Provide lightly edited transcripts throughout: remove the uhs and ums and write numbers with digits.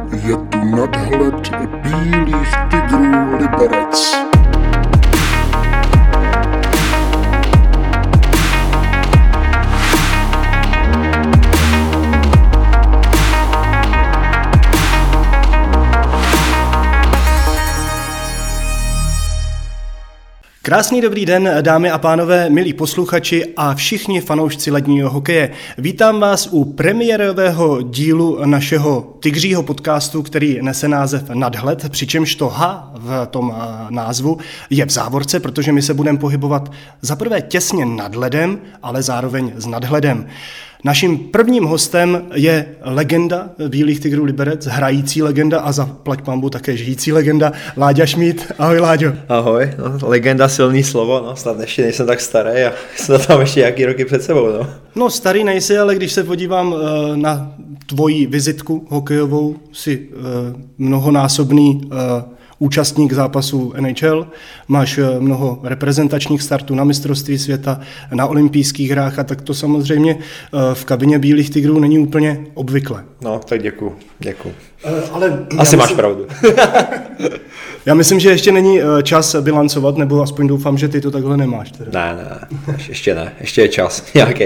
Je tu nadhled bílých tygrů Liberec. Krásný dobrý den, dámy a pánové, milí posluchači a všichni fanoušci ledního hokeje. Vítám vás u premiérového dílu našeho tygřího podcastu, který nese název Nadhled, přičemž to H v tom názvu je v závorce, protože my se budeme pohybovat zaprvé těsně nad ledem, ale zároveň s nadhledem. Naším prvním hostem je legenda Bílých tygrů Liberec, hrající legenda a zaplať pánbůh také žijící legenda Láďa Šmíd. Ahoj Láďo. Ahoj, legenda silný slovo, snad ještě nejsem tak starý a jsem tam ještě nějaký roky před sebou. No starý nejsi, ale když se podívám na tvoji vizitku hokejovou, jsi mnohonásobný účastník zápasů NHL, máš mnoho reprezentačních startů na mistrovství světa, na olympijských hrách a tak to samozřejmě v kabině Bílých tygrů není úplně obvyklé. No, tak děkuju. Ale asi máš pravdu. Já myslím, že ještě není čas bilancovat, nebo aspoň doufám, že ty to takhle nemáš. Teda. Ne, ještě je čas nějaký.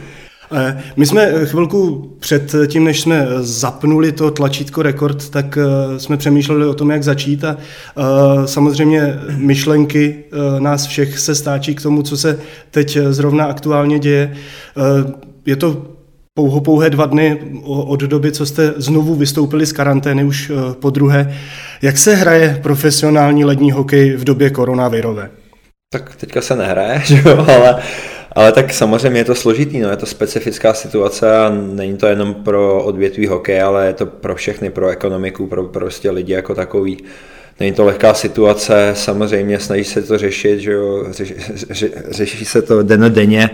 My jsme chvilku před tím, než jsme zapnuli to tlačítko rekord, tak jsme přemýšleli o tom, jak začít a samozřejmě myšlenky nás všech se stáčí k tomu, co se teď zrovna aktuálně děje. Je to pouhé 2 dny od doby, co jste znovu vystoupili z karantény už po druhé. Jak se hraje profesionální lední hokej v době koronavirové? Tak teďka se nehraje, ale tak samozřejmě je to složitý, je to specifická situace a není to jenom pro odvětví hokeje, ale je to pro všechny, pro ekonomiku, pro prostě lidi jako takový. Není to lehká situace, samozřejmě snaží se to řešit, že jo, řeší se to dennodenně.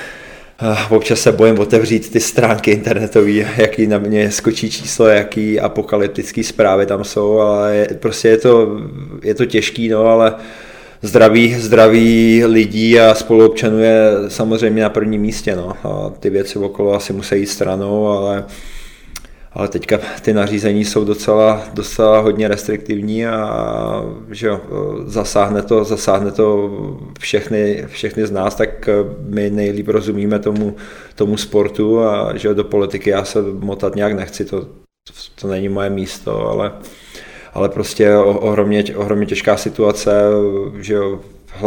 Občas se bojím otevřít ty stránky internetové, jaký na mě skočí číslo, jaký apokalyptické zprávy tam jsou, ale prostě je to těžký, ale zdraví lidí a spoluobčanů je samozřejmě na prvním místě. A ty věci okolo asi musí jít stranou, ale teďka ty nařízení jsou docela hodně restriktivní a že jo, zasáhne to všechny z nás, tak my nejlíp rozumíme tomu sportu a že jo, do politiky já se motat nějak nechci, to není moje místo, ale prostě ohromně těžká situace, že jo,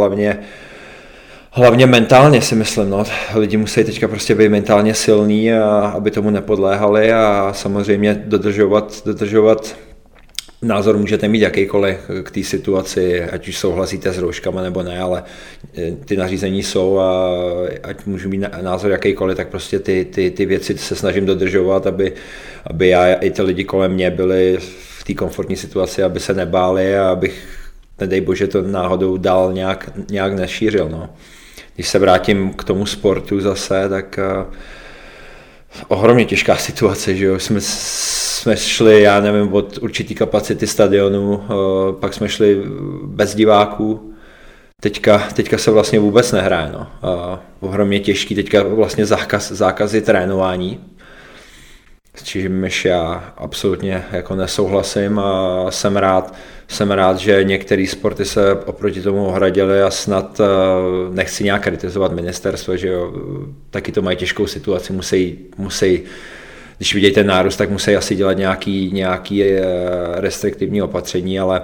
hlavně mentálně si myslím, lidi musí teďka prostě být mentálně silní, aby tomu nepodléhali a samozřejmě dodržovat názor můžete mít jakýkoliv k té situaci, ať už souhlasíte s rouškama nebo ne, ale ty nařízení jsou a ať můžu mít názor jakýkoliv, tak prostě ty věci se snažím dodržovat, aby já i ty lidi kolem mě byli v té komfortní situaci, aby se nebáli a abych, nedej bože, to náhodou dál nějak nešířil. Když se vrátím k tomu sportu zase, tak ohromně těžká situace, že jo, jsme šli, já nevím, od určitý kapacity stadionu, pak jsme šli bez diváků, teďka se vlastně vůbec nehraje, ohromně těžký, teďka vlastně zákazy trénování, s čímž já absolutně jako nesouhlasím a jsem rád, že některé sporty se oproti tomu ohradily a snad nechci nějak kritizovat ministerstvo, že jo, taky to mají těžkou situaci, musí když vidějí ten nárůst, tak musí asi dělat nějaký restriktivní opatření, ale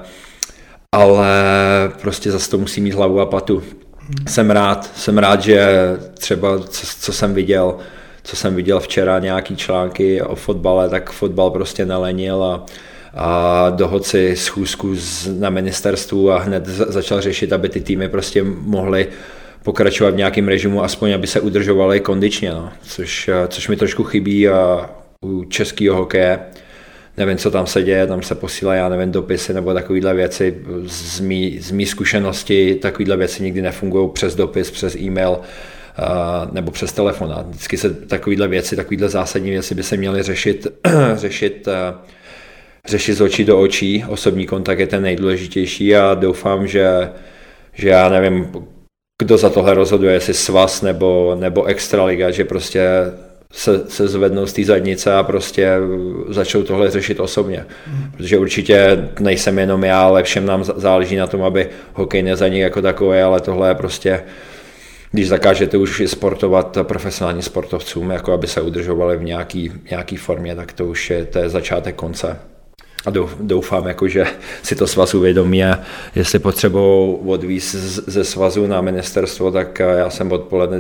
prostě zase to musí mít hlavu a patu. Jsem rád, že třeba co jsem viděl včera nějaký články o fotbale, tak fotbal prostě nelenil a dohodl si schůzku na ministerstvu a hned začal řešit, aby ty týmy prostě mohly pokračovat v nějakém režimu, aspoň aby se udržovaly kondičně, což mi trošku chybí u českého hokeje. Nevím, co tam se děje, tam se posílají, dopisy nebo takovéhle věci. Z mý zkušenosti takovéhle věci nikdy nefungují přes dopis, přes e-mail nebo přes telefon. Vždycky se takovéhle zásadní věci by se měly řešit z očí do očí. Osobní kontakt je ten nejdůležitější a doufám, že já nevím, kdo za tohle rozhoduje, jestli svaz nebo extraliga, že prostě se zvednou z té zadnice a prostě začnou tohle řešit osobně. Protože určitě nejsem jenom já, ale všem nám záleží na tom, aby hokej nezanikl jako takový, ale tohle je prostě, když zakážete už sportovat profesionální sportovcům, jako aby se udržovali v nějaký formě, tak to už je začátek konce. A doufám, jako, že si to svaz uvědomí a jestli potřebují odvízt ze svazu na ministerstvo, tak já jsem odpoledne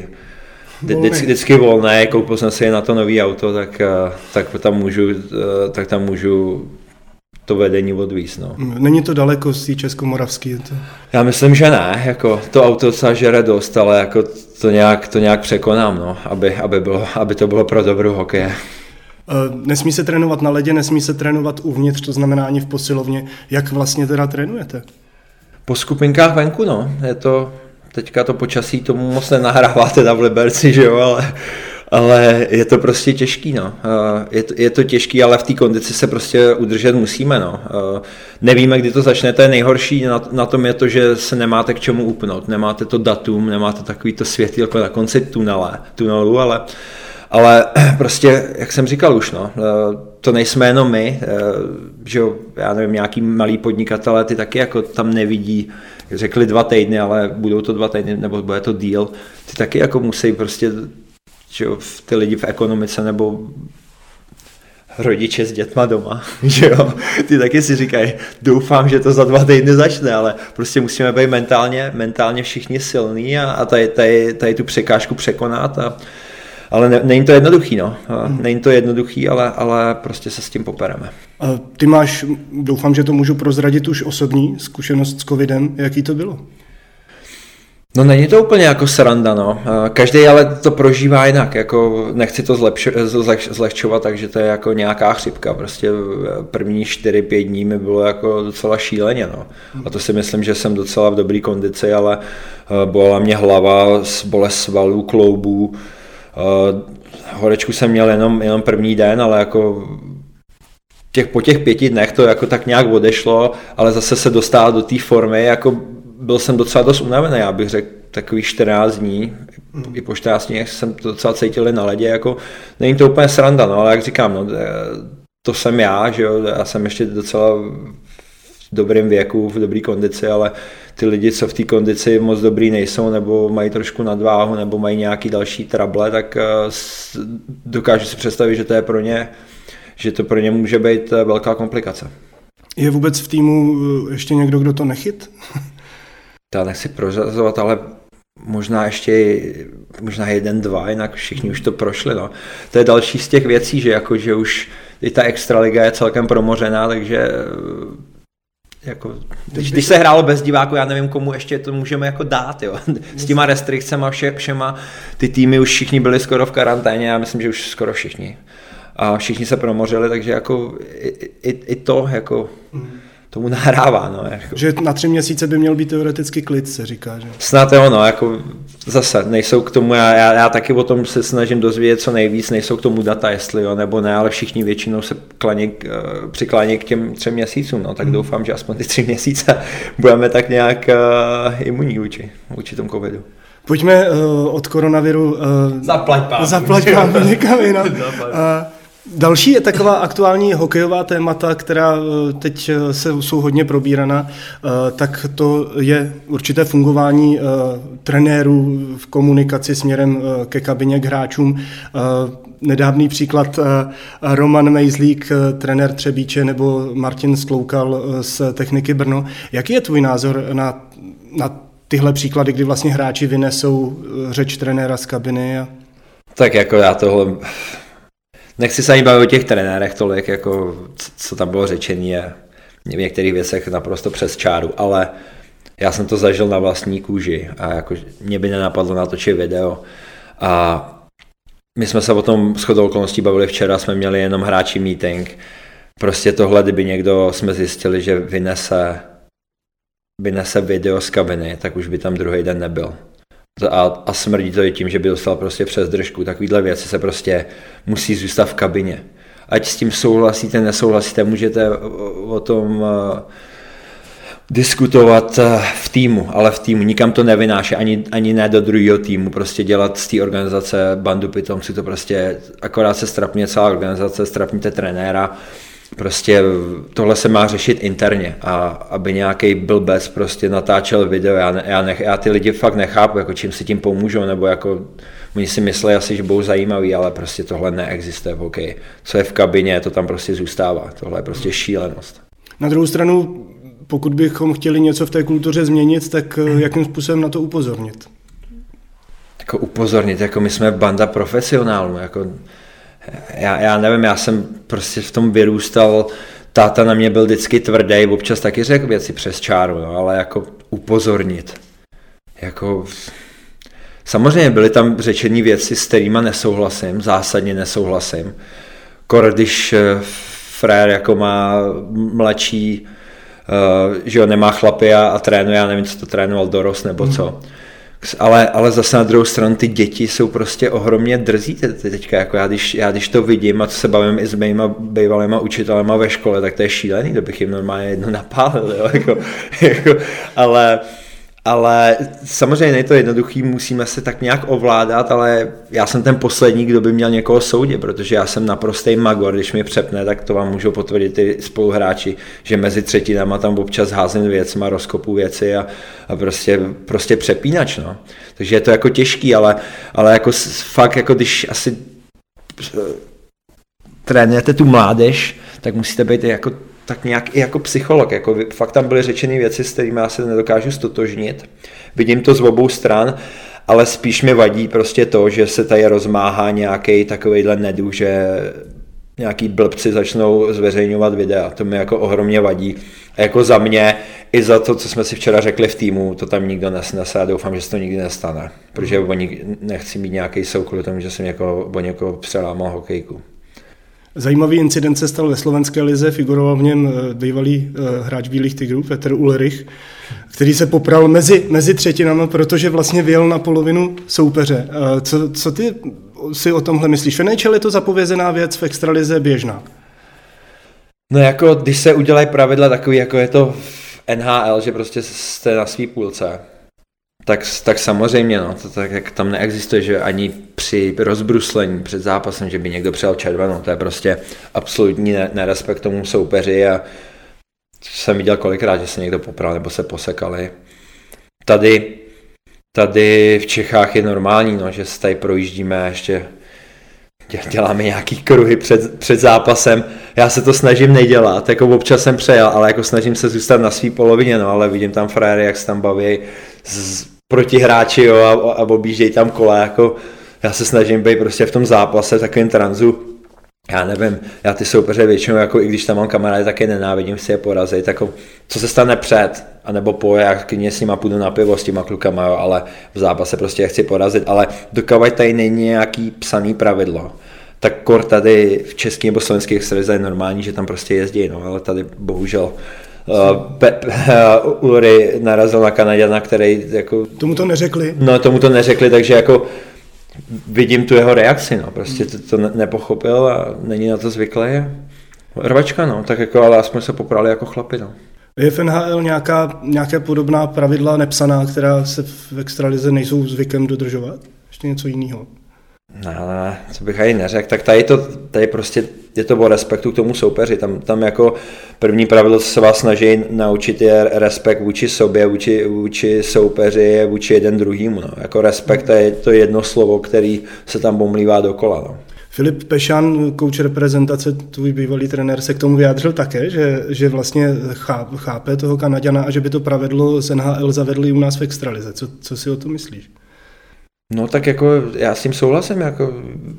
vždycky volné, koupil jsem si na to nový auto, tak tam můžu to vedení odvízt. No. Není to daleko z té Českomoravský? Já myslím, že ne, jako to auto se žere dost, ale jako to nějak překonám, no, aby to bylo pro dobrou hokeje. Nesmí se trénovat na ledě, nesmí se trénovat uvnitř, to znamená ani v posilovně. Jak vlastně teda trénujete? Po skupinkách venku, no. Teďka to počasí tomu moc nenahrává teda v Liberci, že jo, ale je to prostě těžký, no. Je to těžký, ale v té kondici se prostě udržet musíme, no. Nevíme, kdy to začne, to je nejhorší, na tom je to, že se nemáte k čemu upnout, nemáte to datum, nemáte takový to světýlko na konci tunelu, ale prostě, jak jsem říkal už, no, to nejsme jenom my, že jo, já nevím, nějaký malý podnikatelé, ty taky jako tam nevidí, řekli 2 týdny, ale budou to 2 týdny, nebo bude to díl, ty taky jako musí prostě, že jo, ty lidi v ekonomice nebo rodiče s dětma doma, že jo, ty taky si říkají, doufám, že to za 2 týdny začne, ale prostě musíme být mentálně všichni silní a tady tu překážku překonat ale není to jednoduchý, no. Není to jednoduchý, ale prostě se s tím popereme. A ty máš, doufám, že to můžu prozradit, už osobní zkušenost s covidem. Jaký to bylo? No není to úplně jako sranda, no. Každý ale to prožívá jinak, jako nechci to zlehčovat, takže to je jako nějaká chřipka. Prostě první 4-5 dní mi bylo jako docela šíleně, no. A to si myslím, že jsem docela v dobré kondici, ale bolela mě hlava, bolest svalů, kloubů. Horečku jsem měl jenom první den, ale jako po těch 5 dnech to jako tak nějak odešlo, ale zase se dostal do té formy, jako byl jsem docela dost unavený, já bych řekl takových 14 dní, i po 14 dní jsem to docela cítil na ledě, jako není to úplně sranda, no, ale jak říkám, no, to jsem já, že jo, já jsem ještě docela v dobrém věku, v dobré kondici, ale ty lidi, co v té kondici moc dobrý nejsou, nebo mají trošku nadváhu, nebo mají nějaký další trable, tak dokážu si představit, že to pro ně může být velká komplikace. Je vůbec v týmu ještě někdo, kdo to nechyt? Já nechci prozrazovat, ale možná 1, 2, jinak všichni už to prošli. No. To je další z těch věcí, že už i ta extraliga je celkem promořená, takže jako, když se hrálo bez diváků, já nevím, komu ještě to můžeme jako dát, jo. S těma restrikcema všema, ty týmy už všichni byli skoro v karanténě, já myslím, že už skoro všichni. A všichni se promořili, takže jako i to jako tomu nahrává, no. Jako. Že na 3 měsíce by měl být teoreticky klid, se říká, že? Snad jo, no, jako zase nejsou k tomu, já taky o tom se snažím dozvědět co nejvíc, nejsou k tomu data, jestli jo, nebo ne, ale všichni většinou se přiklání k těm 3 měsícům, no, tak doufám, že aspoň ty 3 měsíce budeme tak nějak imunní vůči tomu covidu. Pojďme od koronaviru zaplať pán někam jinam. Další je taková aktuální hokejová témata, která teď jsou hodně probíraná, tak to je určité fungování trenérů v komunikaci směrem ke kabině, k hráčům. Nedávný příklad Roman Mejzlík, trenér Třebíče, nebo Martin Skloukal z Techniky Brno. Jaký je tvůj názor na tyhle příklady, kdy vlastně hráči vynesou řeč trenéra z kabiny? Tak jako já tohle... Nechci se ani bavit o těch trenérech tolik, jako co tam bylo řečený, je v některých věcech naprosto přes čáru, ale já jsem to zažil na vlastní kůži a jako mě by nenapadlo natočit video a my jsme se o tom shodou okolností bavili včera, jsme měli jenom hráči meeting, prostě tohle, kdyby někdo jsme zjistili, že vynese video z kabiny, tak už by tam druhý den nebyl. A smrdí to i tím, že by dostal prostě přes držku. Takovýhle věci se prostě musí zůstat v kabině. Ať s tím souhlasíte, nesouhlasíte, můžete diskutovat v týmu, ale v týmu nikam to nevynáší, ani ne do druhého týmu, prostě dělat z té organizace bandu pitomců, to prostě akorát se strapně celá organizace, strapněte trenéra, prostě tohle se má řešit interně a aby nějaký blbec prostě natáčel video, já ty lidi fakt nechápu, jako čím si tím pomůžou, nebo jako oni si myslí asi, že budou zajímaví, ale prostě tohle neexistuje v hokeji. Co je v kabině, to tam prostě zůstává, tohle je prostě šílenost. Na druhou stranu, pokud bychom chtěli něco v té kultuře změnit, tak jakým způsobem na to upozornit? Jako upozornit, jako my jsme banda profesionálů, jako já nevím, já jsem prostě v tom vyrůstal, táta na mě byl vždycky tvrdý, občas taky řekl věci přes čáru, no, ale jako upozornit, jako samozřejmě byly tam řečený věci, s kterýma nesouhlasím, zásadně nesouhlasím, když frér jako má mladší, že jo, nemá chlapy a trénuje, já nevím, co to trénoval, dorost nebo co. Ale zase na druhou stranu ty děti jsou prostě ohromně drzí teďka, jako já když to vidím a co se bavím i s mýma bývalýma učitelema ve škole, tak to je šílený, kdybych jim normálně jedno napálil, jo, ale samozřejmě není to jednoduchý, musíme se tak nějak ovládat, ale já jsem ten poslední, kdo by měl někoho soudit, protože já jsem naprostej magor, když mi přepne, tak to vám můžou potvrdit ty spoluhráči, že mezi třetinama tam občas házím věcma, rozkopu věci a prostě přepínač, no. Takže je to jako těžký, ale jako fakt, jako když asi trénujete tu mládež, tak musíte být jako tak nějak i jako psycholog, jako fakt tam byly řečené věci, s kterými já se nedokážu stotožnit. Vidím to z obou stran, ale spíš mi vadí prostě to, že se tady rozmáhá nějaký takovejhle neduch, že nějaký blbci začnou zveřejňovat videa. To mi jako ohromně vadí. A jako za mě, i za to, co jsme si včera řekli v týmu, to tam nikdo nesnese a doufám, že se to nikdy nestane. Protože oni nechci mít nějaký soukol tomu, že jsem o někoho přelámal hokejku. Zajímavý incident se stal ve slovenské lize, figuroval v něm bývalý hráč Bílých tigrů Petr Ulrich, který se popral mezi třetinama, protože vlastně vyjel na polovinu soupeře. Co ty si o tomhle myslíš? V NHL je to zapovězená věc, v extralize běžná. No jako, když se udělají pravidla takový, jako je to v NHL, že prostě jste na svý půlce, tak samozřejmě, no, to tak jak tam neexistuje, že ani při rozbruslení před zápasem, že by někdo přijal červenou, to je prostě absolutní nerespekt tomu soupeři a jsem viděl kolikrát, že se někdo popral nebo se posekali. Tady v Čechách je normální, no, že se tady projíždíme a ještě děláme nějaký kruhy před zápasem. Já se to snažím nedělat, jako občas jsem přejel, ale jako snažím se zůstat na svý polovině, no, ale vidím tam frajery, jak se tam baví proti hráči, jo, a objíždějí tam kola, jako já se snažím být prostě v tom zápase, v takovém tranzu. Já nevím, já ty soupeře většinou, jako i když tam mám kamarády, taky nenávidím si je porazit, jako co se stane před, anebo po, já klidně s nima půjdu na pivo s těma klukama, jo, ale v zápase prostě je chci porazit, ale dokud tady není nějaký psaný pravidlo, tak kor tady v české nebo slovenské extralize je normální, že tam prostě jezdí, no, ale tady bohužel Ulry narazil na Kanaďana, který jako... Tomu to neřekli. No, tomu to neřekli, takže jako vidím tu jeho reakci, no, prostě to nepochopil a není na to zvyklý. Rvačka, no, tak jako, ale aspoň se poprali jako chlapi, no. Je v NHL nějaká podobná pravidla nepsaná, která se v extralize nejsou zvykem dodržovat? Ještě něco jiného? Ne, co bych ani neřekl, tak tady prostě je to o respektu k tomu soupeři, tam jako první pravidlo, co se vás snaží naučit, je respekt vůči sobě, vůči soupeři, vůči jeden druhýmu, no. Jako respekt je to jedno slovo, který se tam bomlívá dokola, no. Filip Pešan, kouč reprezentace, tvůj bývalý trenér, se k tomu vyjádřil také, že vlastně chápe toho Kanaďana a že by to pravidlo z NHL zavedli u nás v extralize. Co si o to myslíš? No tak jako já s tím souhlasím, jako...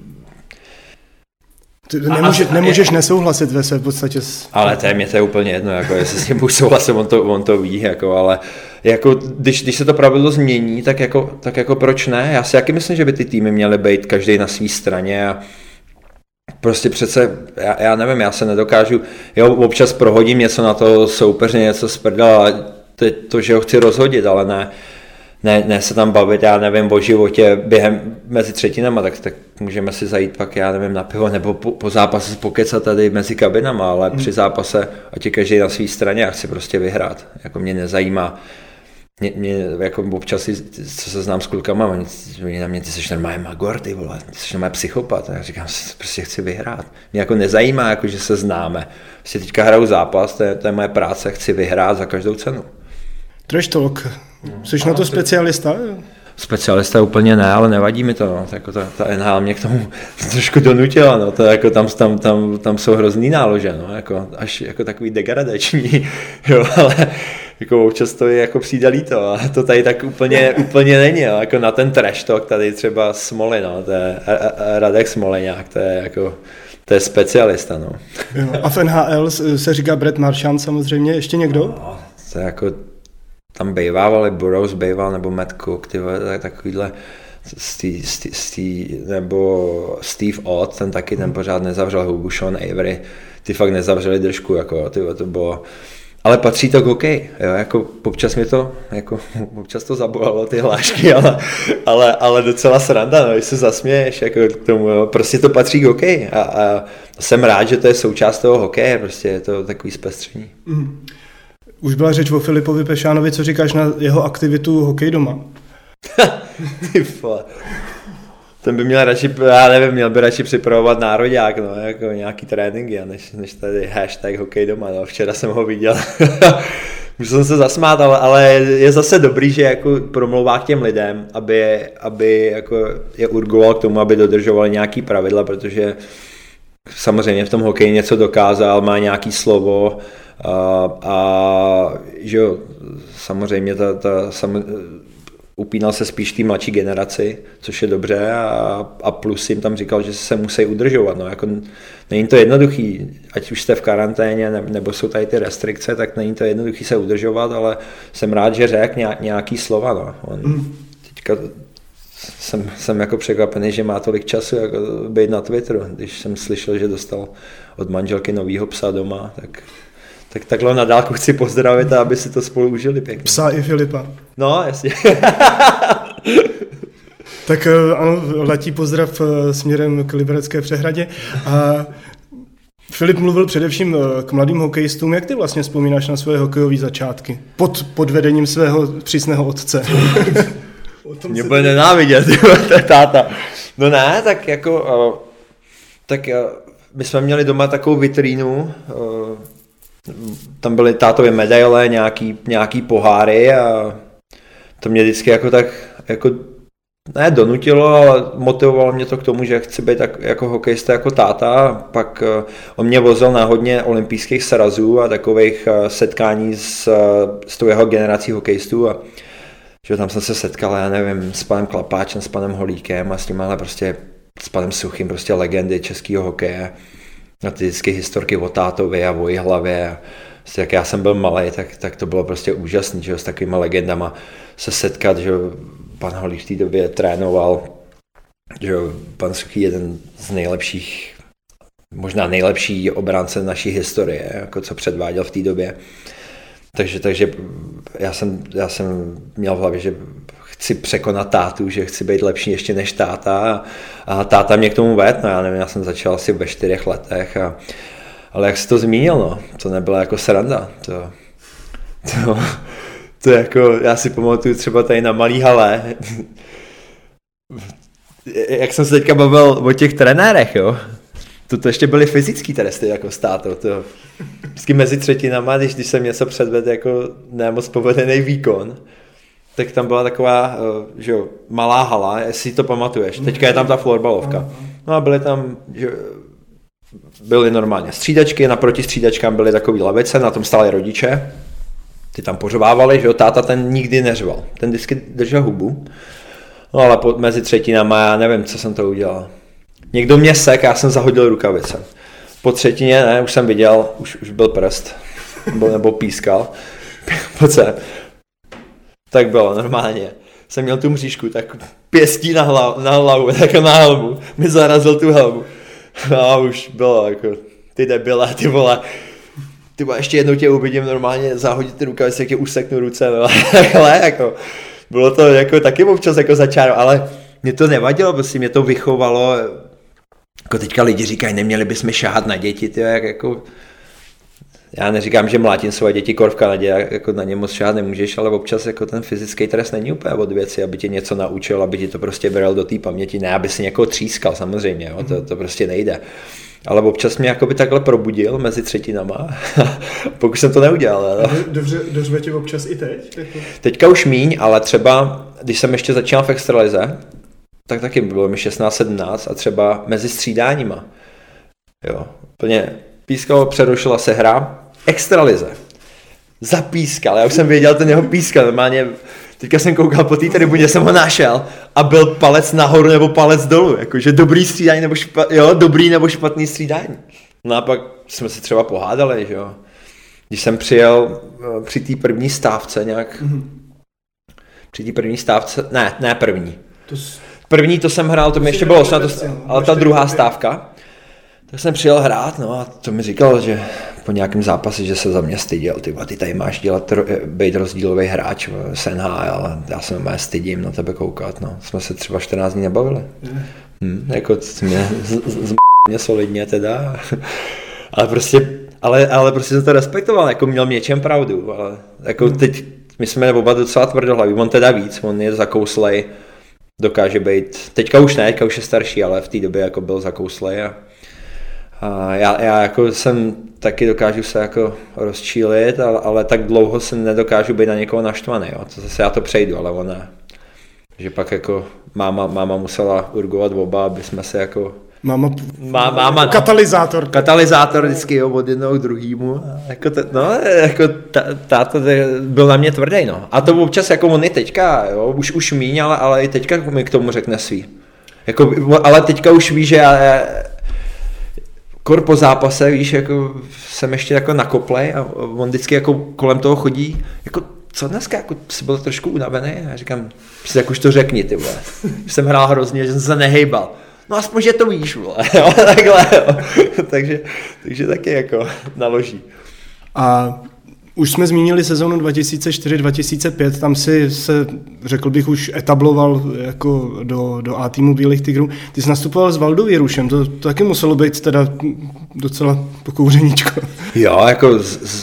Nemůžeš nesouhlasit ve své podstatě. Ale mě to je úplně jedno, jako jestli s tím budu souhlasit, on to ví, jako, ale jako, když se to pravidlo změní, tak jako proč ne? Já si taky myslím, že by ty týmy měly být každý na své straně a prostě přece, já nevím, já se nedokážu, jo, občas prohodím něco na to soupeře, něco z prdela, ale to, že ho chci rozhodit, ale ne se tam bavit, já nevím, o životě mezi třetinama, tak můžeme si zajít pak, já nevím, na pivo, nebo po zápase pokecat tady mezi kabinama, ale při zápase, ať je každý na své straně, já chci prostě vyhrát. Jako mě nezajímá, mě jako občas, co se znám s klukama, oni na mě, ty jsi normálně magor, ty vole, ty jsi normálně psychopat. A já říkám, prostě chci vyhrát. Mě jako nezajímá, jako, že se známe. Prostě teďka hraju zápas, to je moje práce, chci vyhrát za každou cenu. Trash talk. Jsi na to specialista? Specialista úplně ne, ale nevadí mi to, no. Jako ta NHL mě k tomu trošku donutila, no. To jako tam jsou hrozný nálože, no. Jako, až jako takový degradační, jo, ale jako občas to je jako přijde líto a to tady tak úplně není, jo. Jako na ten trash talk tady třeba Smolin, no. To je Radek Smoleňák, to je specialista, no. Jo, a v NHL se říká Brett Marchand samozřejmě, ještě někdo? No, to je jako tam bejvávali, Burroughs bejval, nebo Matt Cook, takovýhle, nebo Steve Ott, ten taky, ten pořád nezavřel hubu, Sean Avery, ty fakt nezavřeli držku, jako, to bylo, ale patří to k hokeji, jo, jako občas to zabolalo ty hlášky, ale docela sranda, no, když se zasměješ, jako k tomu, jo, prostě to patří k hokeji a jsem rád, že to je součást toho hokeje, prostě je to takový zpestření. Už byla řeč o Filipovi Pešánovi, co říkáš na jeho aktivitu hokej doma? Ten by měl radši, já nevím, měl by radši připravovat nároďák, no, jako nějaký tréninky, než tady hashtag hokej doma, no, včera jsem ho viděl. Musel jsem se zasmát, ale je zase dobrý, že jako promlouvá k těm lidem, aby jako je urgoval k tomu, aby dodržovali nějaký pravidla, protože samozřejmě v tom hokeji něco dokázal, má nějaký slovo, a že jo, samozřejmě upínal se spíš té mladší generaci, což je dobře a plus jim tam říkal, že se musí udržovat, no, jako není to jednoduchý, ať už jste v karanténě nebo jsou tady ty restrikce, tak není to jednoduchý se udržovat, ale jsem rád, že řekl nějaký slova, no. Teďka jsem jako překvapený, že má tolik času jako být na Twitteru, když jsem slyšel, že dostal od manželky novýho psa doma, tak takhle na dálku chci pozdravit a aby si to spolu užili pěkně. Psa i Filipa. No, jasně. Tak ano, letí pozdrav směrem k Liberecké přehradě. A Filip mluvil především k mladým hokejistům. Jak ty vlastně vzpomínáš na svoje hokejové začátky? Pod vedením svého přísného otce. Mě bude nenávidět, táta. No ne, tak jako... my jsme měli doma takovou vitrínu, tam byly tátově medaile, nějaký poháry a to mě vždycky jako tak jako ne donutilo, ale motivovalo mě to k tomu, že chci být jako hokejista jako táta. Pak on mě vozil na hodně olympijských srazů a takových setkání s tou jeho generací hokejistů a že tam jsem se setkal, já nevím, s panem Klapáčem, s panem Holíkem a s tím, ale prostě s panem Suchým, prostě legendy českého hokeje. A ty vždycky historky o tátovi a o Jihlavě. A prostě jak já jsem byl malej, tak to bylo prostě úžasný, že s takovýma legendama se setkat, že pan Holík v té době trénoval, že pan Suchý jeden z nejlepších, možná nejlepší obránce naší historie, jako co předváděl v té době. Takže já jsem měl v hlavě, že chci překonat tátu, že chci být lepší ještě než táta a táta mě k tomu vedl, no já nevím, já jsem začal asi ve 4 letech, ale jak jsi to zmínil, no, to nebyla jako sranda, to jako, já si pamatuju třeba tady na Malý hale, jak jsem se teďka bavil o těch trenérech, jo, to ještě byly fyzický tresty jako s tátou, to vždycky mezi třetinama, když jsem něco předvedl jako nemoc povedený výkon, tak tam byla taková, že jo, malá hala, jestli to pamatuješ, teďka je tam ta florbalovka. No a byly tam, že byly normálně střídačky, naproti střídačkám byly takový lavice, na tom stáli rodiče, ty tam pořvávali, že jo, táta ten nikdy neřval, ten vždycky držel hubu, no ale mezi třetinama já nevím, co jsem to udělal. Někdo mě sek, já jsem zahodil rukavice. Po třetině, ne, už jsem viděl, už byl prst, nebo pískal, pojď sem. Tak bylo, normálně. Jsem měl tu mřížku, tak pěstí na hlavu, tak na helmu. Mi zarazil tu helmu. A už bylo jako, ty debile, ty vole, ještě jednou tě uvidím normálně zahodit ty rukavice, jak tě useknu ruce, no. Takhle jako. bylo to jako taky občas jako začáro, ale mě to nevadilo, prostě mě to vychovalo, jako teďka lidi říkají, neměli bychom šáhat na děti, tyjo, jako já neříkám, že mlátím svoje děti, korvka na ně, jako na ně moc šáhat nemůžeš, ale občas jako ten fyzický trest není úplně od věci, aby tě něco naučil, aby ti to prostě bral do té paměti, ne aby si někoho třískal samozřejmě, jo, to prostě nejde. Ale občas mě jakoby takhle probudil mezi třetinama, pokud jsem to neudělal. No. Dořve tě občas i teď? Jako... Teďka už míň, ale třeba, když jsem ještě začínal v extralize, tak taky bylo mi 16-17 a třeba mezi střídáníma. Jo, úplně pískal, přerušila se hra, extralize. Zapískal, já už jsem věděl ten jeho pískal, normálně, teďka jsem koukal po té tribuně, jsem ho našel a byl palec nahoru nebo palec dolů, jakože dobrý střídání nebo dobrý nebo špatný střídání. No a pak jsme se třeba pohádali, že jo. Když jsem přijel při té první stávce nějak, při té první stávce, ne první. První to jsem hrál, to mi ještě bylo 18, ale ta druhá stávka. Tak jsem přijel hrát, no a to mi říkal, že po nějakém zápase, že se za mě styděl, ty tady máš dělat, být rozdílový hráč v NHL, já se mě stydím na tebe koukat, no. Jsme se třeba 14 dní nebavili. Jako mě solidně teda, ale prostě jsem to respektoval, jako měl v něčem pravdu, ale jako teď, my jsme oba docela tvrdohlaví, on teda víc, on je zakouslej, dokáže být, teďka už je starší, ale v té době jako byl zakouslej a já jako jsem taky dokážu se jako rozčílit, ale tak dlouho se nedokážu být na někoho naštvaný, jo. To zase já to přejdu, ale ona, že pak jako máma musela urgovat oba, aby jsme se jako Máma katalyzátor vždycky jo, od jednoho k druhýmu. Jako táta byl na mě tvrdý, no. A to občas jako on i teďka, jo, už míň, ale i teďka mi k tomu řekne svý. Jako, ale teďka už ví, že já kor po zápase, víš, jako jsem ještě jako nakoplej a on vždycky jako kolem toho chodí, jako co dneska, jako jsi byl trošku unavený? A já říkám, si jak už to řekni, ty vole. Jsem hrál hrozně, že jsem se nehejbal. No aspoň, že to víš, vole, jo, takhle, jo. takže taky jako naloží. A už jsme zmínili sezonu 2004-2005, tam si se, řekl bych, už etabloval jako do A týmu Bílých tigrů. Ty jsi nastupoval s Valdou Jirušem, to taky muselo být teda docela pokouřeníčko. Jo, jako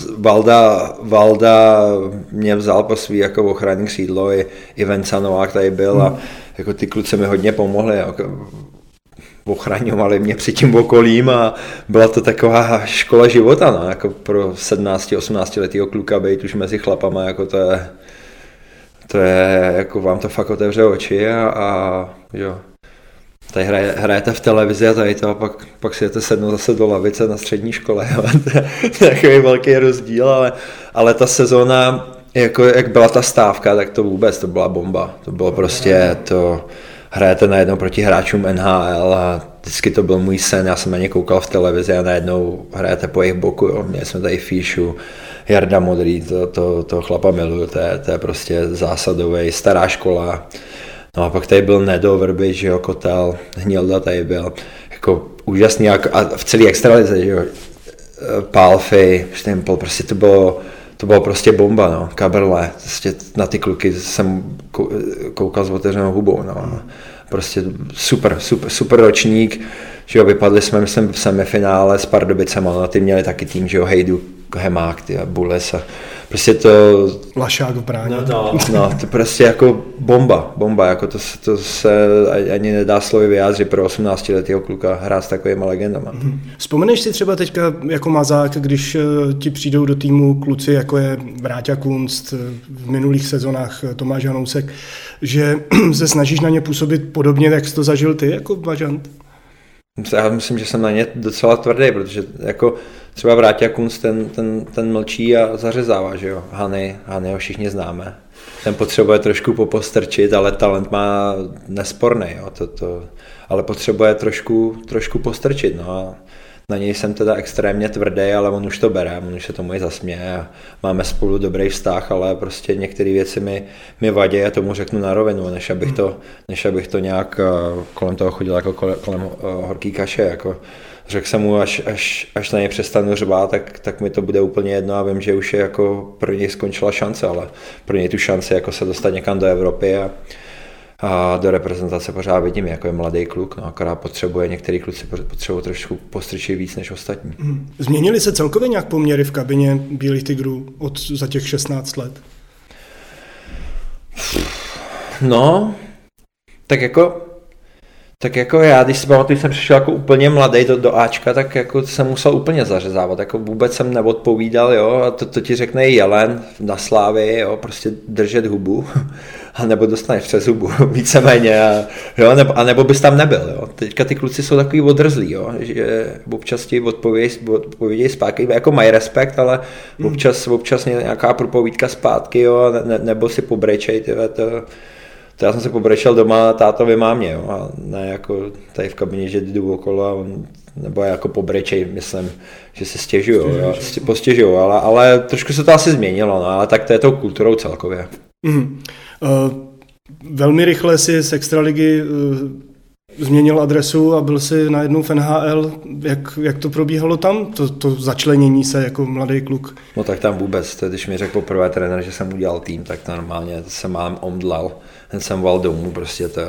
Valda mě vzal po svý jako ochranný křídlo, i Venca Novák tady byl a jako ty kluci mi hodně pomohli. Jako, ochraňovali mě před tím okolím a byla to taková škola života, no, jako pro 17-18 letýho kluka být už mezi chlapama, jako to je jako vám to fakt otevře oči a jo. Tady hrajete v televizi a tady to a pak si jdete sednout zase do lavice na střední škole, jo. To je takový velký rozdíl, ale ta sezóna, jako jak byla ta stávka, tak to vůbec, to byla bomba, to bylo prostě to. Hrajete najednou proti hráčům NHL a vždycky to byl můj sen, já jsem na ně koukal v televizi a najednou hrajete po jejich boku, jo. Měli jsme tady Fíšu, Jarda Modrý, to chlapa miluju, to je prostě zásadový, stará škola. No a pak tady byl Nedo, Vrbič, že jo, Kotel, Hnilda tady byl, jako úžasný, a v celé extralize, že jo, Pálfy, Štempel, prostě to bylo prostě bomba, no, Kaberle, prostě na ty kluky jsem koukal s otevřenou hubou, no, prostě super ročník, že jo, vypadli jsme, myslím, v semifinále s Pardubicema, no, ty měli taky tým, že jo, Hejdu, Hemák, ty a Bules a prostě to... Lašák v bráně. No, to prostě jako bomba, jako to se ani nedá slovy vyjádřit pro 18letého kluka hrát s takovýma legendama. Vzpomeneš si třeba teďka jako mazák, když ti přijdou do týmu kluci, jako je Vráťa Kunst, v minulých sezonách Tomáš Hanousek, že se snažíš na ně působit podobně, jak jsi to zažil ty jako bažant? Já myslím, že jsem na ně docela tvrdý, protože jako třeba Vráťa Kunst, ten mlčí a zařezává, že jo. Hany ho všichni známe. Ten potřebuje trošku popostrčit, ale talent má nesporný, jo. Ale potřebuje trošku postrčit, no a na něj jsem teda extrémně tvrdý, ale on už to bere, on už se tomu i zasměje a máme spolu dobrý vztah, ale prostě některé věci mi vadí a tomu řeknu na rovinu, než abych to nějak kolem toho chodil jako kolem horký kaše, jako řekl jsem mu, až na něj přestanu řvát, tak mi to bude úplně jedno a vím, že už je jako pro něj skončila šance, ale pro něj tu šanci jako se dostat někam do Evropy a do reprezentace pořád vidím, jako je mladý kluk, no, akorát potřebuje, některý kluci potřebují trošku postrčit víc než ostatní. Změnily se celkově nějak poměry v kabině Bílých tigrů za těch 16 let? No, tak jako já, když si pamatuju, jsem přišel jako úplně mladý do Ačka, tak jako jsem musel úplně zařezávat, jako vůbec jsem neodpovídal, jo, a to ti řekne i Jelen na Slávii, jo, prostě držet hubu, a nebo dostaneš přes hubu, víceméně, a nebo bys tam nebyl, jo. Teďka ty kluci jsou takový odrzlí, jo, že občas ti odpovědějí zpátky, jako mají respekt, ale občas nějaká propovídka zpátky, jo, nebo si pobrečej, to já jsem se pobrečel doma tátovi mámě, jo, a ne jako tady v kabině, že jdu okolo a on, nebo jako pobrečej, myslím, že se stěžuju, postěžuju, ale trošku se to asi změnilo, no, ale tak to je tou kulturou celkově. Velmi rychle si z extraligy změnil adresu a byl si najednou v NHL. Jak to probíhalo tam, to začlenění se jako mladý kluk? No tak tam vůbec, když mi řekl poprvé trenér, že jsem udělal tým, tak to normálně jsem málem omdlel. Hned jsem volal domů, prostě to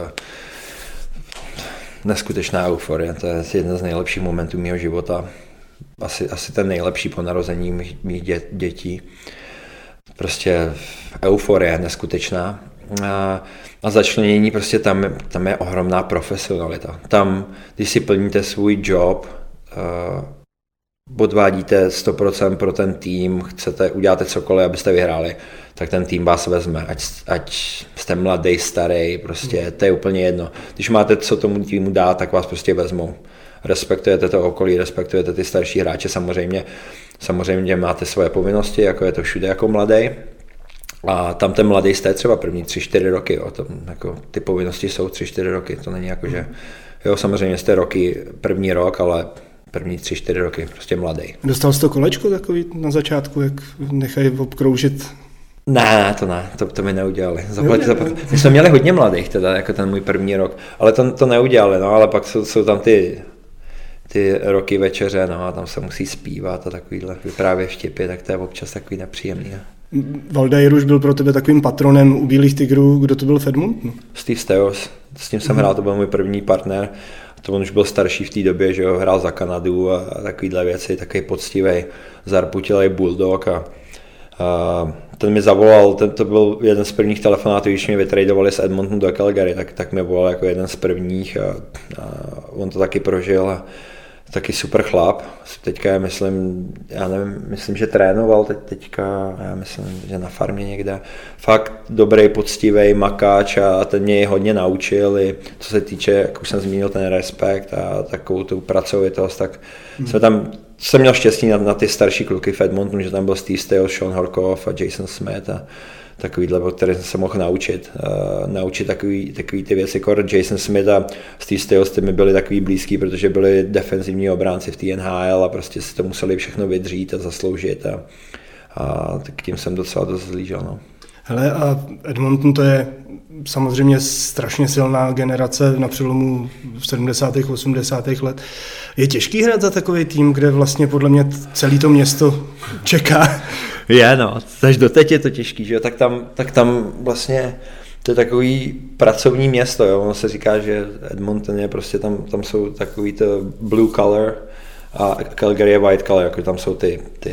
neskutečná euforie, to je jeden z nejlepších momentů mého života. Asi ten nejlepší po narození mých dětí. Prostě euforie neskutečná. A začlenění prostě tam je ohromná profesionalita. Tam, když si plníte svůj job, odvádíte 100% pro ten tým, uděláte cokoliv, abyste vyhráli, tak ten tým vás vezme, ať jste mladý, starý, prostě to je úplně jedno. Když máte co tomu týmu dát, tak vás prostě vezmou. Respektujete to okolí, respektujete ty starší hráče, samozřejmě máte svoje povinnosti, jako je to všude jako mladý. A tam ten mladý jste třeba první 3-4 roky, jo, tam jako ty povinnosti jsou 3-4 roky, to není jako, že jo, samozřejmě jste první rok, ale první 3-4 roky, prostě mladý. Dostal jsi to kolečko takový na začátku, jak nechají obkroužit? Ne, to mi neudělali. My jsme měli hodně mladých, teda jako ten můj první rok, ale to neudělali, no, ale pak jsou tam ty roky večeře, no, a tam se musí zpívat a takovýhle vyprávět vtipy, tak to je občas takový nepříjemný. Valdair už byl pro tebe takovým patronem u Bílých tigrů, kdo to byl v Edmontonu? Steve Stajos, s tím jsem hrál, to byl můj první partner, to on už byl starší v té době, že jo, hrál za Kanadu a takovýhle věci, takový poctivý, zarputilej bulldog a ten mi zavolal, to byl jeden z prvních telefonátů, když mě vytradovali z Edmontonu do Calgary, tak mi volal jako jeden z prvních a on to taky prožil a taky super chlap. Teďka myslím, že trénoval teďka, já myslím, že na farmě někde. Fakt dobrý, poctivý makáč a ten mě hodně naučil, i co se týče, jak už jsem zmínil, ten respekt a takovou tu pracovitost, tak jsem měl štěstí na ty starší kluky v Edmontonu, že tam byl Steve Stajos, Sean Horkoff a Jason Smith a takovýhle, o kterých jsem se mohl naučit takový ty věci. Jason Smith a Steve Stajos, ty mi byli takový blízký, protože byli defenzivní obránci v té NHL a prostě si to museli všechno vydřít a zasloužit a tak tím jsem docela dost zlížel. No. Hele, a Edmonton to je samozřejmě strašně silná generace na přelomu 70. 80. let. Je těžký hrát za takový tým, kde vlastně podle mě celé to město čeká? Je, no, až doteď je to těžký, že jo, tak tam vlastně to je takový pracovní město, jo, ono se říká, že Edmonton je prostě, tam jsou takový to blue color a Calgary je white color, jako tam jsou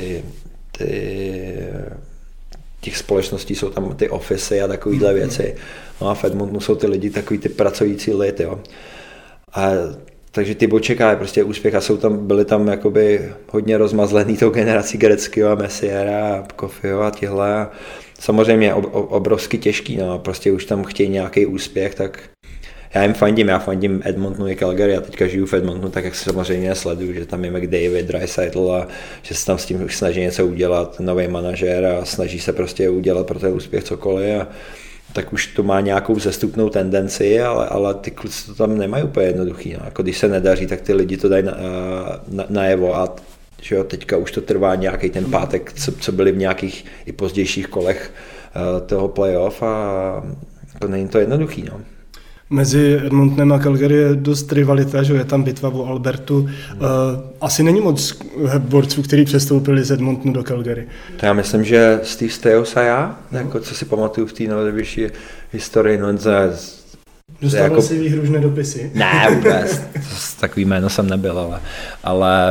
těch společností jsou tam ty office a takovýhle věci, no a v Edmontonu jsou ty lidi takový ty pracující lid, jo, a takže ty očekávají prostě úspěch a byli tam jakoby hodně rozmazlený tou generací Gretzkyho a Messiera a Coffeyho a tihle. Samozřejmě obrovsky těžký, no, prostě už tam chtějí nějaký úspěch, tak já fandím Edmontonu i Calgary, já teďka žiju v Edmontonu, tak jak se samozřejmě sleduju, že tam je McDavid, Draisaitl a že se tam s tím snaží něco udělat, nový manažer a snaží se prostě udělat pro ten úspěch cokoliv tak už to má nějakou vzestupnou tendenci, ale ty kluci to tam nemají úplně jednoduchý. No. Jako když se nedaří, tak ty lidi to dají najevo a že jo, teďka už to trvá nějaký ten pátek, co byli v nějakých i pozdějších kolech toho playoff a to není to jednoduchý. No. Mezi Edmontonem a Calgary je dost rivalita, že je tam bitva o Albertu. Asi není moc borců, kteří přestoupili z Edmontonu do Calgary. To já myslím, že Steve Staios a já, jako co si pamatuju v té nejlepší historii, no dostával jako... si výhružné dopisy? Ne, vůbec. Takový jméno jsem nebyl, ale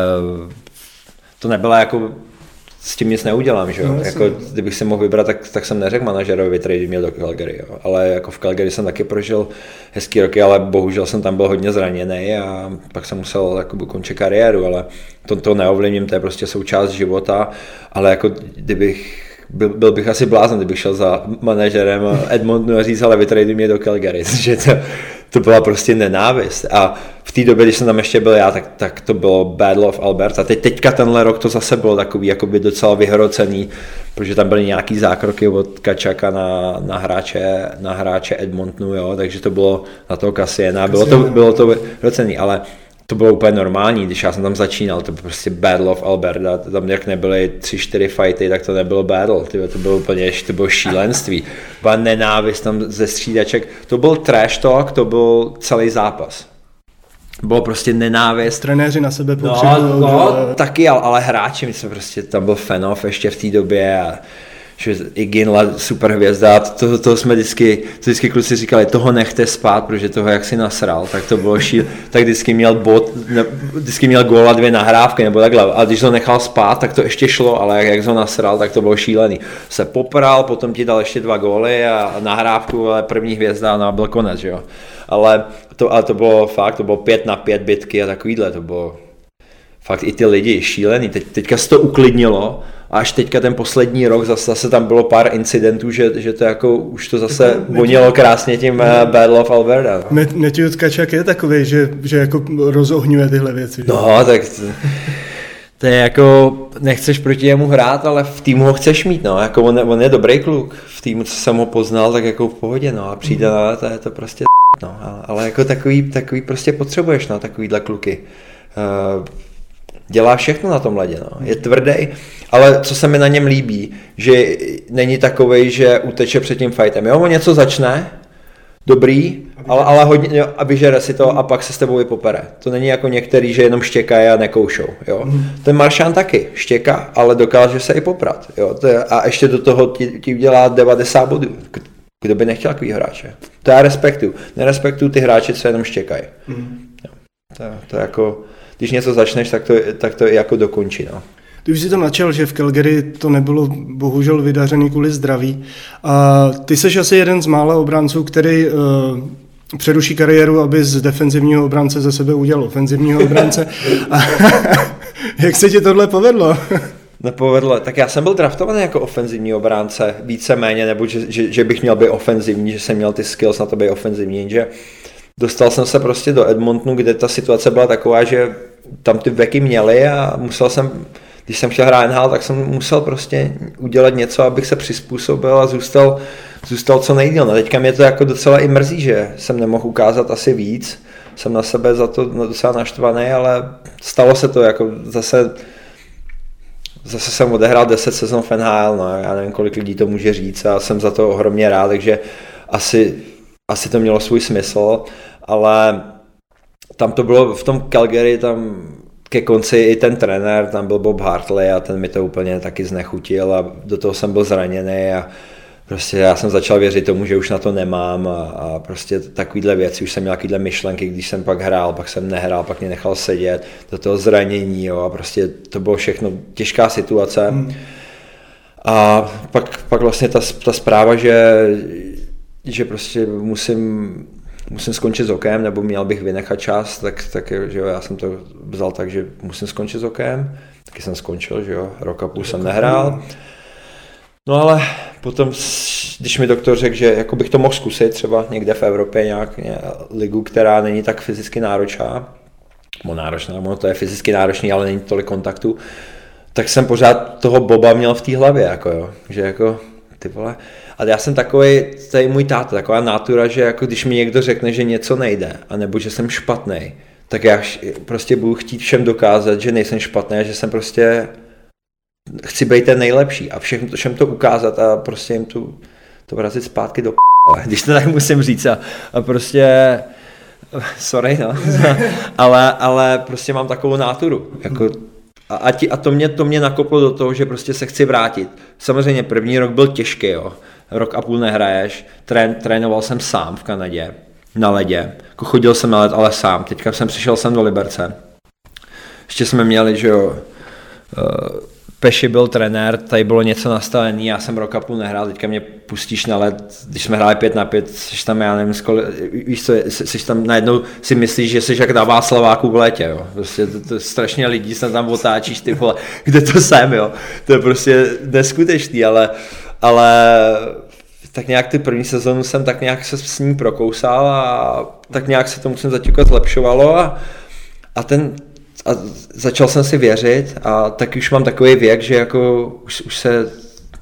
to nebylo jako s tím nic neudělám, že jo. No, jako, kdybych si mohl vybrat, tak jsem neřekl manažerovi, který měl do Calgary, jo. Ale jako v Calgary jsem taky prožil hezký roky, ale bohužel jsem tam byl hodně zraněný a pak jsem musel jako končit kariéru, ale to neovlivním, to je prostě součást života, ale jako kdybych byl bych asi blázen, kdybych šel za manažerem Edmontonu a říct, ale vytraduj mě do Calgary, že to byla prostě nenávist. A v té době, když jsem tam ještě byl já, tak to bylo Battle of Alberta. Teďka tenhle rok to zase bylo takový jakoby docela vyhrocený, protože tam byly nějaký zákroky od Kačaka na hráče Edmontonu, jo, takže to bylo na toho Kassiana. Bylo to vyhrocený, ale to bylo úplně normální, když já jsem tam začínal, to bylo prostě Battle of Alberta, tam jak nebyly 3-4 fighty, tak to nebylo battle, to bylo šílenství, byla nenávist tam ze střídaček, to byl trash talk, to byl celý zápas. Bylo prostě nenávist. Trenéři na sebe pokřikují. Taky, ale hráči, my jsme prostě, tam byl Fenov ještě v té době a že i Ginla, super hvězda, to jsme vždycky kluci říkali, toho nechte spát, protože toho jak si nasral, tak to bylo tak vždycky měl gól a 2 nahrávky nebo takhle, a když to nechal spát, tak to ještě šlo, ale jak ho nasral, tak to bylo šílený. Se popral, potom ti dal ještě 2 góly a nahrávku, ale první hvězda a byl konec, že jo. Ale to bylo fakt, to bylo 5-5 bitky a takovýhle, to bylo fakt i ty lidi šílený, teďka se to uklidnilo, a až teďka ten poslední rok zase tam bylo pár incidentů, že to jako už to zase vonilo krásně tím Battle of Alberta. Matthew Tkachuk je takový, že jako rozohňuje tyhle věci. No, tak to je jako, nechceš proti němu hrát, ale v týmu ho chceš mít, no, jako on je dobrý kluk, v týmu, co jsem ho poznal, tak jako v pohodě, no, a přijde na léta, je to prostě no, ale jako takový prostě potřebuješ, no, takovýhle kluky. Dělá všechno na tom ledě, no. Je tvrdý, ale co se mi na něm líbí, že není takovej, že uteče před tím fightem. Jo, on něco začne, dobrý, ale hodně, a vyžere si to a pak se s tebou vypopere. To není jako některý, že jenom štěkají a nekoušou. Jo. Ten Marchand taky štěká, ale dokáže se i poprat. Jo. A ještě do toho ti udělá 90 bodů. Kdo by nechtěl takový hráče? To já respektuju. Nerespektuju ty hráče, co jenom štěkají. To jako, když něco začneš, tak to jako dokončí. No. Ty už si to načal, že v Calgary to nebylo bohužel vydařený kvůli zdraví. A ty seš asi jeden z mála obránců, který přeruší kariéru, aby z defenzivního obránce za sebe udělal ofenzivního obránce. A jak se ti tohle povedlo? Nepovedlo. Tak já jsem byl draftovaný jako ofenzivní obránce, víceméně, nebo že bych měl být ofenzivní, že jsem měl ty skills na to být ofenzivní, jenže dostal jsem se prostě do Edmontonu, kde ta situace byla taková, že tam ty veky měli a musel jsem, když jsem chtěl hrát NHL, tak jsem musel prostě udělat něco, abych se přizpůsobil a zůstal co nejdýl. No teďka mě to jako docela i mrzí, že jsem nemohl ukázat asi víc, jsem na sebe za to docela naštvaný, ale stalo se to, jako zase jsem odehrál 10 sezon v NHL, no, já nevím, kolik lidí to může říct a jsem za to ohromně rád, takže asi to mělo svůj smysl, ale tam to bylo v tom Calgary, tam ke konci i ten trenér, tam byl Bob Hartley a ten mi to úplně taky znechutil a do toho jsem byl zraněný a prostě já jsem začal věřit tomu, že už na to nemám a prostě takovýhle věci, už jsem měl takovýhle myšlenky, když jsem pak hrál, pak jsem nehrál, pak mě nechal sedět, do toho zranění, jo, a prostě to bylo všechno těžká situace. A pak vlastně ta zpráva, že prostě musím skončit s hokejem, nebo měl bych vynechat čas, tak že jo, já jsem to vzal tak, že musím skončit s hokejem, taky jsem skončil, že jo, rok a půl jsem nehrál. No ale potom, když mi doktor řekl, že jako bych to mohl zkusit třeba někde v Evropě nějak ligu, která není tak fyzicky náročná, to je fyzicky náročný, ale není tolik kontaktu, tak jsem pořád toho Boba měl v té hlavě, jako jo, že jako ty vole. Ale já jsem takový, to je můj táta, taková natura, že jako když mi někdo řekne, že něco nejde, anebo že jsem špatnej, tak já prostě budu chtít všem dokázat, že nejsem špatný a že jsem prostě chci být ten nejlepší a všem to ukázat a prostě jim to vrazit zpátky do když to tak musím říct a prostě sorry, no. ale prostě mám takovou náturu. Jako, a to mě nakoplo do toho, že prostě se chci vrátit. Samozřejmě první rok byl těžký, jo. Rok a půl nehraješ, trénoval jsem sám v Kanadě, na ledě. Jako chodil jsem na led, ale sám. Teďka jsem přišel sem do Liberce. Ještě jsme měli, že jo, Peši byl trenér, tady bylo něco nastavený, já jsem rok a půl nehrál, teďka mě pustíš na led, když jsme hráli 5-5, jsi tam, já nevím, víš co, jsi tam najednou si myslíš, že jsi jak na Václaváku v létě, jo. Prostě to strašně lidí se tam otáčíš, ty vole, kde to jsem, jo. To je prostě neskutečný, ale tak nějak ty první sezonu jsem tak nějak se s ním prokousal a tak nějak se tomu jsem zatímka zlepšovalo a začal jsem si věřit a tak už mám takový věk, že jako už se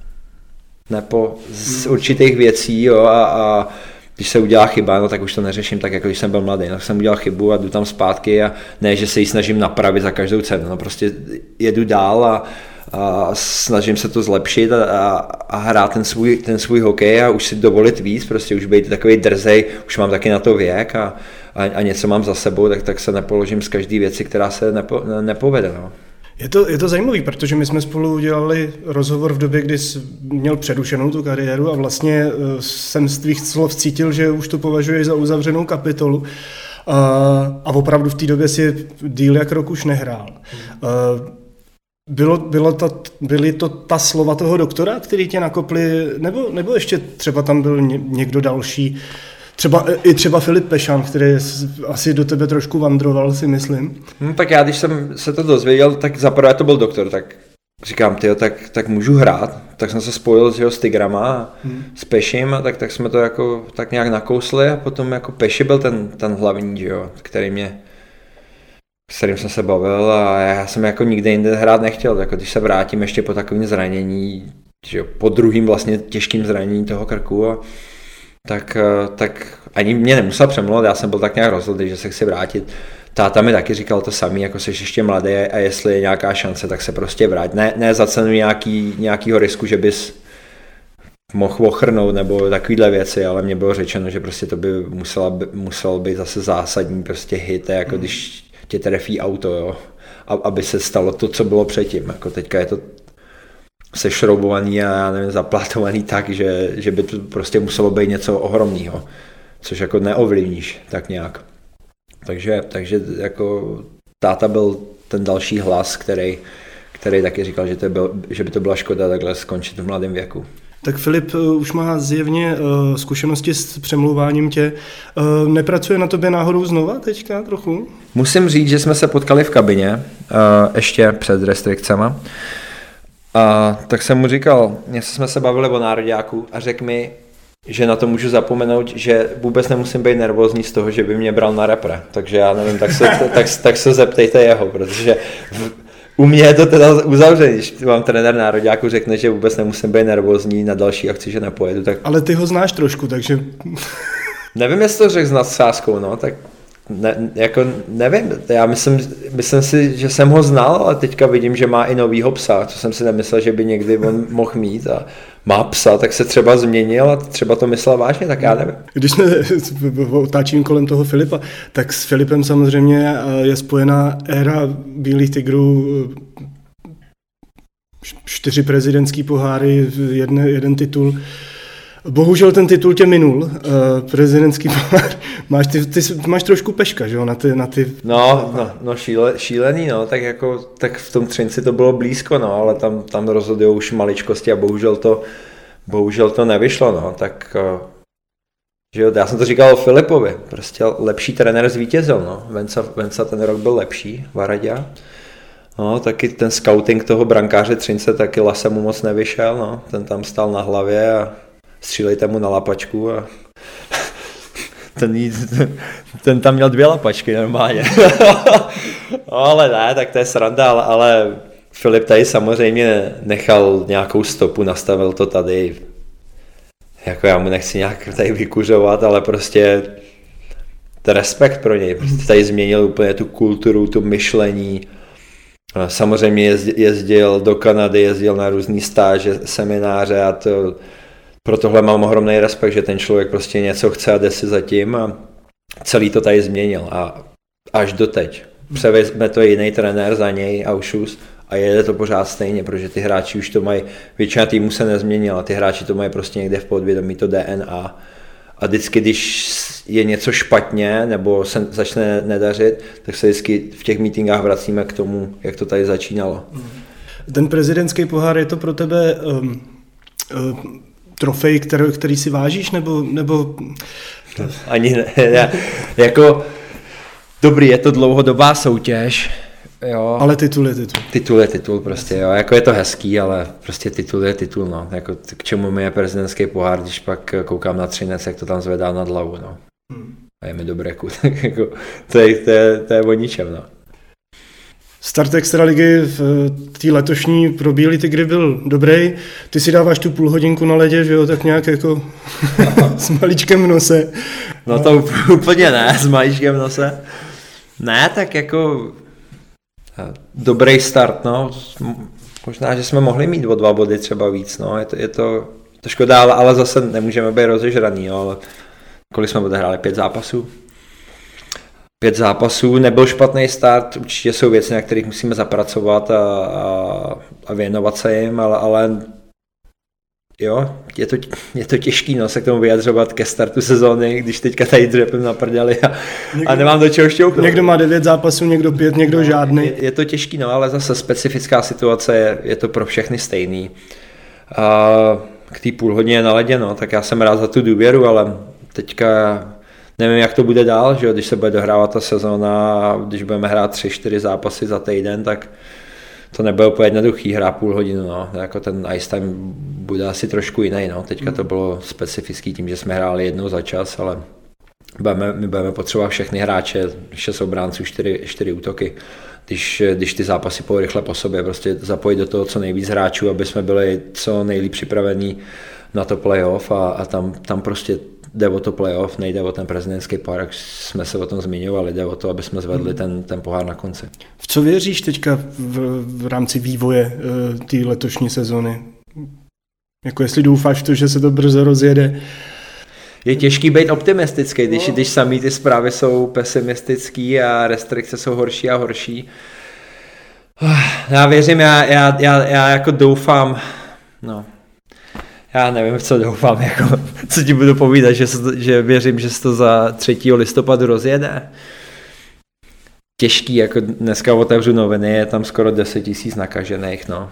z určitých věcí, jo, a když se udělá chyba, no tak už to neřeším tak, jako když jsem byl mladý, no jsem udělal chybu a jdu tam zpátky a ne, že se ji snažím napravit za každou cenu, no prostě jedu dál a snažím se to zlepšit a hrát ten svůj hokej a už si dovolit víc, prostě už být takový drzej, už mám taky na to věk a něco mám za sebou, tak se nepoložím z každé věci, která se nepovede. No. Je to zajímavý, protože my jsme spolu dělali rozhovor v době, kdy jsi měl přerušenou tu kariéru a vlastně jsem z tvých slov cítil, že už to považuješ za uzavřenou kapitolu a opravdu v té době si díl jak rok už nehrál. Byly to ta slova toho doktora, který tě nakopli, nebo ještě třeba tam byl někdo další, třeba Filip Pešan, který asi do tebe trošku vandroval, si myslím. Tak já, když jsem se to dozvěděl, tak zaprvé to byl doktor, tak říkám, tyjo, tak můžu hrát, tak jsem se spojil s jeho Tigrama, s Pešim, a tak jsme to jako tak nějak nakousli a potom jako Peši byl ten hlavní, že jo, s kterým jsem se bavil a já jsem jako nikde jinde hrát nechtěl, jako když se vrátím ještě po takovém zranění, že jo, po druhým vlastně těžkým zranění toho krku tak ani mě nemusel přemlouvat, já jsem byl tak nějak rozhodlý, že se chci vrátit. Táta mi taky říkal to samý, jako jsi ještě mladý a jestli je nějaká šance, tak se prostě vrát. Ne za cenu nějakýho risku, že bys mohl ochrnout nebo takovýhle věci, ale mně bylo řečeno, že prostě to by muselo být zase zásadní prostě hit, jako když tě trefí auto, jo, aby se stalo to, co bylo předtím. Jako teďka je to sešroubovaný a já nevím, zaplatovaný tak, že by to prostě muselo být něco ohromného, což jako neovlivníš tak nějak. Takže jako táta byl ten další hlas, který taky říkal, že by to byla škoda takhle skončit v mladém věku. Tak Filip už má zjevně zkušenosti s přemlouváním tě. Nepracuje na tobě náhodou znova teďka trochu? Musím říct, že jsme se potkali v kabině, ještě před restrikcema. A tak jsem mu říkal, něco jsme se bavili o nároďáku a řekl mi, že na to můžu zapomenout, že vůbec nemusím být nervózní z toho, že by mě bral na repre. Takže já nevím, tak se zeptejte jeho, protože u mě je to teda uzavřený, když vám trenér nároďáku řekne, že vůbec nemusím být nervózní na další akci, že nepojedu. Tak... Ale ty ho znáš trošku, takže... Nevím, jestli to řekl s nadsázkou, no, tak jako nevím, já myslím si, že jsem ho znal, ale teďka vidím, že má i novýho psa, co jsem si nemyslel, že by někdy on mohl mít a má psa, tak se třeba změnil a třeba to myslel vážně, tak já nevím. Když jsme otáčím kolem toho Filipa, tak s Filipem samozřejmě je spojená éra Bílých tigrů, 4 prezidentský poháry, jeden titul. Bohužel ten titul tě minul, prezidentský pohár. Máš trošku peška, že jo, na ty... No, šílený, no, tak v tom Třinci to bylo blízko, no, ale tam rozhodují už maličkosti a bohužel to nevyšlo, no, tak... Že jo, já jsem to říkal Filipovi, prostě lepší trenér zvítězil, no, Venca ten rok byl lepší, Varadě. No, taky ten scouting toho brankáře Třince, taky Lase mu moc nevyšel, no, ten tam stál na hlavě a střílejte mu na lapačku a ten tam měl 2 lapačky normálně. No, ale ne, tak to je sranda, ale Filip tady samozřejmě nechal nějakou stopu, nastavil to tady jako já mu nechci nějak tady vykuřovat, ale prostě respekt pro něj. Prostě tady změnil úplně tu kulturu, tu myšlení. Samozřejmě jezdil do Kanady, jezdil na různý stáže, semináře a pro tohle mám ohromný respekt, že ten člověk prostě něco chce a jde si za tím a celý to tady změnil a až doteď. Převezme to jiný trenér za něj, Aušus, a jede to pořád stejně, protože ty hráči už to mají, většina týmu se nezměnila, ty hráči to mají prostě někde v podvědomí, to DNA. A vždycky, když je něco špatně nebo se začne nedařit, tak se vždycky v těch meetingách vracíme k tomu, jak to tady začínalo. Ten prezidentský pohár, je to pro tebe trofej, který si vážíš, nebo... Ani ne, jako dobrý, je to dlouhodobá soutěž, jo. Ale titul je titul. Titul je titul prostě, jo, jako je to hezký, ale prostě titul je titul, no, jako k čemu mi je prezidentský pohár, když pak koukám na Třinec, jak to tam zvedá nad hlavu, no. A je mi dobré, tak jako, to je o ničem, no. Start extraligy v té letošní pro Bílý Tygry byl dobrý. Ty si dáváš tu půlhodinku na ledě, že jo, tak nějak jako s maličkem v nose. No to úplně ne, s maličkem v nose. Ne, tak jako dobrý start, no. Možná, že jsme mohli mít o 2 body třeba víc, no. Je to škoda, ale zase nemůžeme být rozežraný, jo. Ale kolik jsme odehráli? 5 zápasů? 5 zápasů, nebyl špatný start, určitě jsou věci, na kterých musíme zapracovat a věnovat se jim, ale jo, je to těžký, no, se k tomu vyjadřovat ke startu sezóny, když teďka tady dřepem na prdeli a nemám do čeho šťouknout. Někdo má 9 zápasů, někdo 5, někdo žádný. Je to těžký, no, ale zase specifická situace, je to pro všechny stejný. A k té půlhodině na ledě, no, tak já jsem rád za tu důvěru, ale teďka nevím, jak to bude dál, že jo? Když se bude dohrávat ta sezóna a když budeme hrát 3-4 zápasy za týden, tak to nebude úplně jednoduchý, hrát půl hodinu, no. Jako ten ice time bude asi trošku jiný, no. Teďka to bylo specifický tím, že jsme hráli jednou za čas, ale my budeme potřebovat všechny hráče, 6 obránců, 4 útoky. Když ty zápasy půjdou rychle po sobě, prostě zapojit do toho co nejvíc hráčů, aby jsme byli co nejlíp připravení na to playoff a tam prostě jde o to playoff, nejde o ten prezidentský pohár, jak jsme se o tom zmiňovali, jde o to, aby jsme zvedli ten pohár na konci. V co věříš teďka v rámci vývoje té letošní sezony? Jako jestli doufáš v to, že se to brzo rozjede? Je těžký být optimistický, když samý ty zprávy jsou pesimistický a restrikce jsou horší a horší. Já věřím, já jako doufám, no. Já nevím, v co doufám, jako, co ti budu povídat, že věřím, že se to za 3. listopadu rozjede. Těžký, jako dneska otevřu noviny, je tam skoro 10 000 nakažených, no.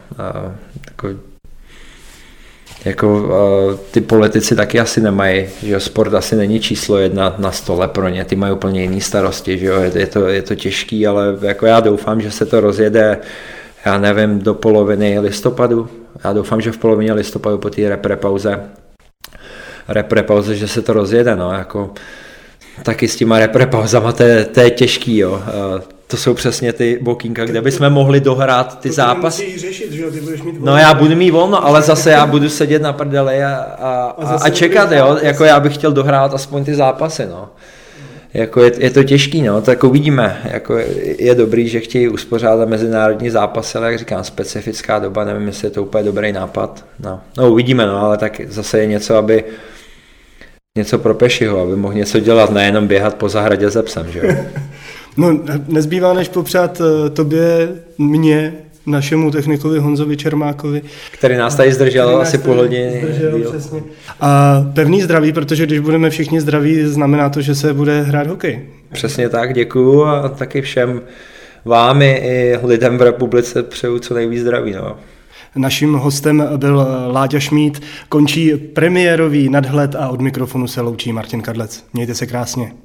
Ty politici taky asi nemají, že jo, sport asi není číslo 1 na stole pro ně, ty mají úplně jiný starosti, že jo, je to těžký, ale jako já doufám, že se to rozjede, já nevím, do poloviny listopadu. Já doufám, že v polovině listopadu po té reprepauze, že se to rozjede, no, jako taky s těma reprepauzama, to je těžký, jo. To jsou přesně ty bokínka, kde bychom mohli dohrát ty zápasy. Musíš řešit, že ty budeš mít volno. No já budu mít volno, ale zase já budu sedět na prdeli a čekat, jo, jako já bych chtěl dohrát aspoň ty zápasy, no. Jako je to těžký, no, tak uvidíme, jako je dobrý, že chtějí uspořádat mezinárodní zápasy, ale jak říkám, specifická doba, nevím, jestli je to úplně dobrý nápad, no uvidíme, no, ale tak zase je něco pro Pešiho, aby mohl něco dělat, nejenom běhat po zahradě se psem, že jo. No, nezbývá než popřát tobě, mně, našemu technikovi Honzovi Čermákovi. Který nás tady zdržel asi půl hodiny. Přesně. A pevný zdraví, protože když budeme všichni zdraví, znamená to, že se bude hrát hokej. Přesně tak, děkuju a taky všem vám i lidem v republice přeju co nejvíc zdraví. No. Naším hostem byl Láďa Šmíd, končí premiérový nadhled a od mikrofonu se loučí Martin Kadlec. Mějte se krásně.